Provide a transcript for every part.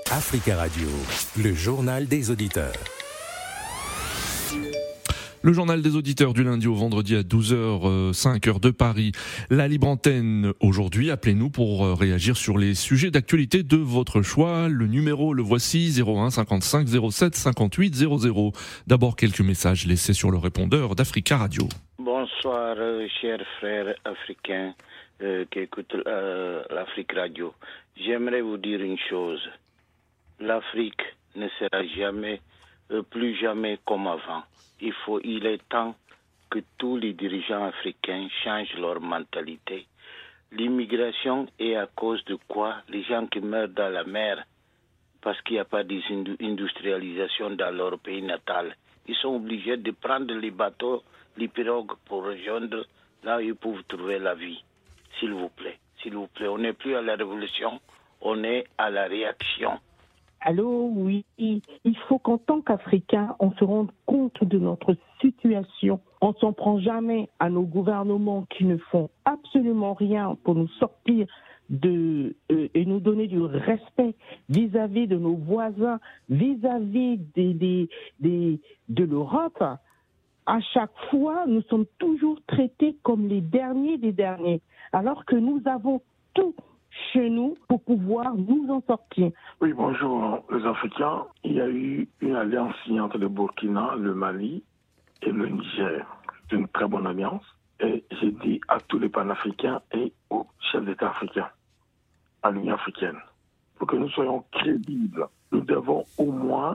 Africa Radio, le journal des auditeurs. Le journal des auditeurs du lundi au vendredi à 12h, 5h de Paris. La libre antenne aujourd'hui, appelez-nous pour réagir sur les sujets d'actualité de votre choix. Le numéro, le voici, 01 55 07 58 00. D'abord quelques messages laissés sur le répondeur d'Africa Radio. Bonsoir, chers frères africains qui écoutent l'Afrique Radio. J'aimerais vous dire une chose. L'Afrique ne sera jamais, plus jamais comme avant. Il est temps que tous les dirigeants africains changent leur mentalité. L'immigration est à cause de quoi? Les gens qui meurent dans la mer parce qu'il n'y a pas d'industrialisation dans leur pays natal. Ils sont obligés de prendre les bateaux, les pirogues pour rejoindre là où ils peuvent trouver la vie. S'il vous plaît, on n'est plus à la révolution, on est à la réaction. Allô, oui. Il faut qu'en tant qu'Africains, on se rende compte de notre situation. On ne s'en prend jamais à nos gouvernements qui ne font absolument rien pour nous sortir et nous donner du respect vis-à-vis de nos voisins, vis-à-vis de l'Europe. À chaque fois, nous sommes toujours traités comme les derniers des derniers, alors que nous avons tout chez nous pour pouvoir nous en sortir. Oui, bonjour les Africains. Il y a eu une alliance signée entre le Burkina, le Mali et le Niger. C'est une très bonne alliance. Et j'ai dit à tous les panafricains et aux chefs d'État africains, à l'Union africaine, pour que nous soyons crédibles, nous devons au moins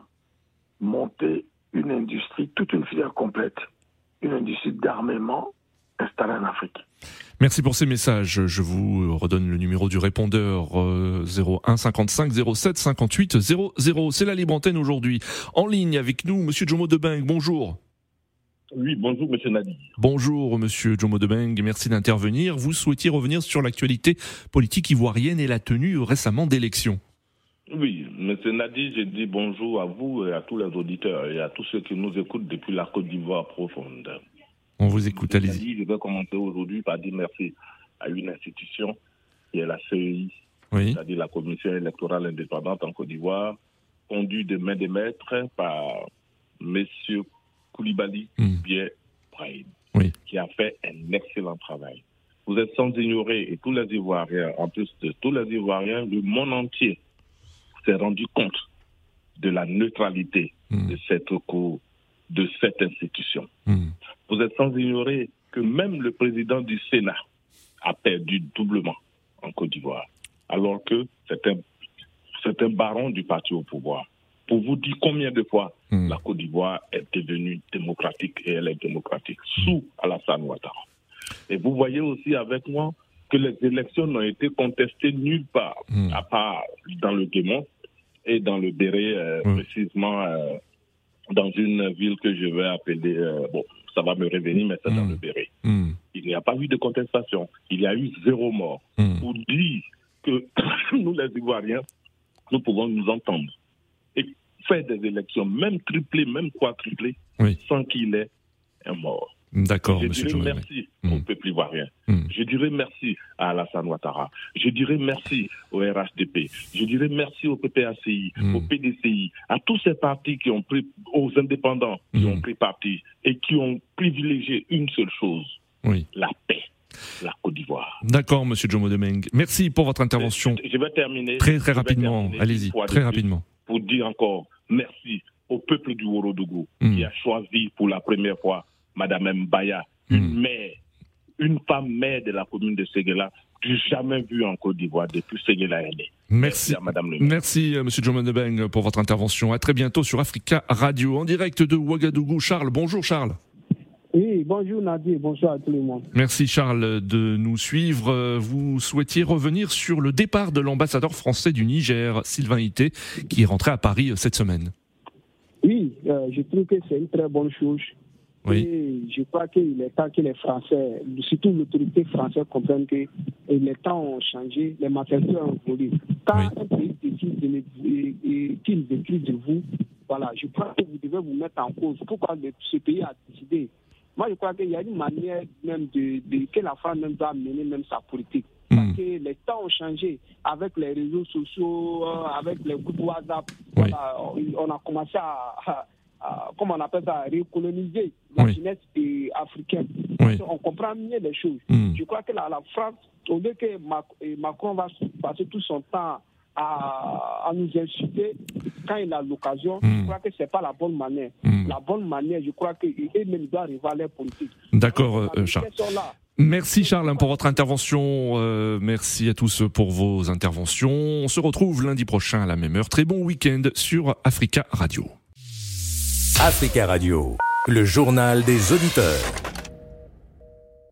monter une industrie, toute une filière complète, une industrie d'armement installée en Afrique. Merci pour ces messages. Je vous redonne le numéro du répondeur 01 55 07 58 00. C'est la libre antenne aujourd'hui. En ligne avec nous, Monsieur Jomo Debeng. Bonjour. Oui, bonjour Monsieur Nadi. Bonjour Monsieur Jomo Debeng, merci d'intervenir. Vous souhaitiez revenir sur l'actualité politique ivoirienne et la tenue récemment d'élections. Oui, Monsieur Nadi, je dis bonjour à vous et à tous les auditeurs et à tous ceux qui nous écoutent depuis la Côte d'Ivoire profonde. On vous écoute, allez-y. Je vais commencer aujourd'hui par dire merci à une institution qui est la CEI, oui. C'est-à-dire la Commission électorale indépendante en Côte d'Ivoire, conduite de main de maître par Monsieur Koulibaly Bié Brahim, qui a fait un excellent travail. Vous êtes sans ignorer, et tous les Ivoiriens, en plus de tous les Ivoiriens, le monde entier s'est rendu compte de la neutralité de cette cour, de cette institution. Vous êtes sans ignorer que même le président du Sénat a perdu doublement en Côte d'Ivoire, alors que c'est un baron du parti au pouvoir. Pour vous dire combien de fois la Côte d'Ivoire est devenue démocratique, et elle est démocratique, sous Alassane Ouattara. Et vous voyez aussi avec moi que les élections n'ont été contestées nulle part, à part dans le Guémon et dans le Béret, précisément dans une ville que je vais appeler, ça va me revenir, mais c'est dans le Béret. Il n'y a pas eu de contestation, il y a eu 0 mort. Pour dire que nous les Ivoiriens, nous pouvons nous entendre et faire des élections, même triplées, même quadruplées, sans qu'il y ait un mort. D'accord, je monsieur dirais merci au peuple ivoirien. Je dirais merci à Alassane Ouattara. Je dirais merci au RHDP. Je dirais merci au PPACI, au PDCI, à tous ces partis qui ont pris, aux indépendants qui ont pris parti et qui ont privilégié une seule chose, la paix, la Côte d'Ivoire. D'accord, monsieur Jomo Debeng. Merci pour votre intervention. Je vais terminer. Très rapidement. Allez-y, très rapidement. Pour dire encore merci au peuple du Ourodougou qui a choisi pour la première fois Madame Mbaya, une femme maire de la commune de Séguéla, du jamais vue en Côte d'Ivoire depuis Séguéla est née. Merci à Madame le maire. Merci Monsieur Jomo Debeng pour votre intervention. À très bientôt sur Africa Radio, en direct de Ouagadougou. Charles, bonjour Charles. Oui, bonjour Nadir, bonjour à tout le monde. Merci Charles de nous suivre. Vous souhaitiez revenir sur le départ de l'ambassadeur français du Niger, Sylvain Ité, qui est rentré à Paris cette semaine. Oui, je trouve que c'est une très bonne chose. Et je crois qu'il est temps que les Français, surtout l'autorité française, comprennent que les temps ont changé, les matériaux ont évolué. Quand un pays décide qu'il écrit de vous, voilà, je crois que vous devez vous mettre en cause. Pourquoi ce pays a décidé? Moi, je crois qu'il y a une manière même que la France même doit mener même sa politique. Parce que les temps ont changé avec les réseaux sociaux, avec les groupes WhatsApp. Voilà, on a commencé à comment on appelle ça, recoloniser la jeunesse africaine. On comprend mieux les choses. Je crois que la France, au lieu que Macron va passer tout son temps à nous insulter quand il a l'occasion, je crois que ce n'est pas la bonne manière. La bonne manière, je crois qu'il doit revoir les politiques. D'accord, Charles. Merci Charles pour votre intervention. Merci à tous pour vos interventions. On se retrouve lundi prochain à la même heure. Très bon week-end sur Africa Radio. Africa Radio, le journal des auditeurs.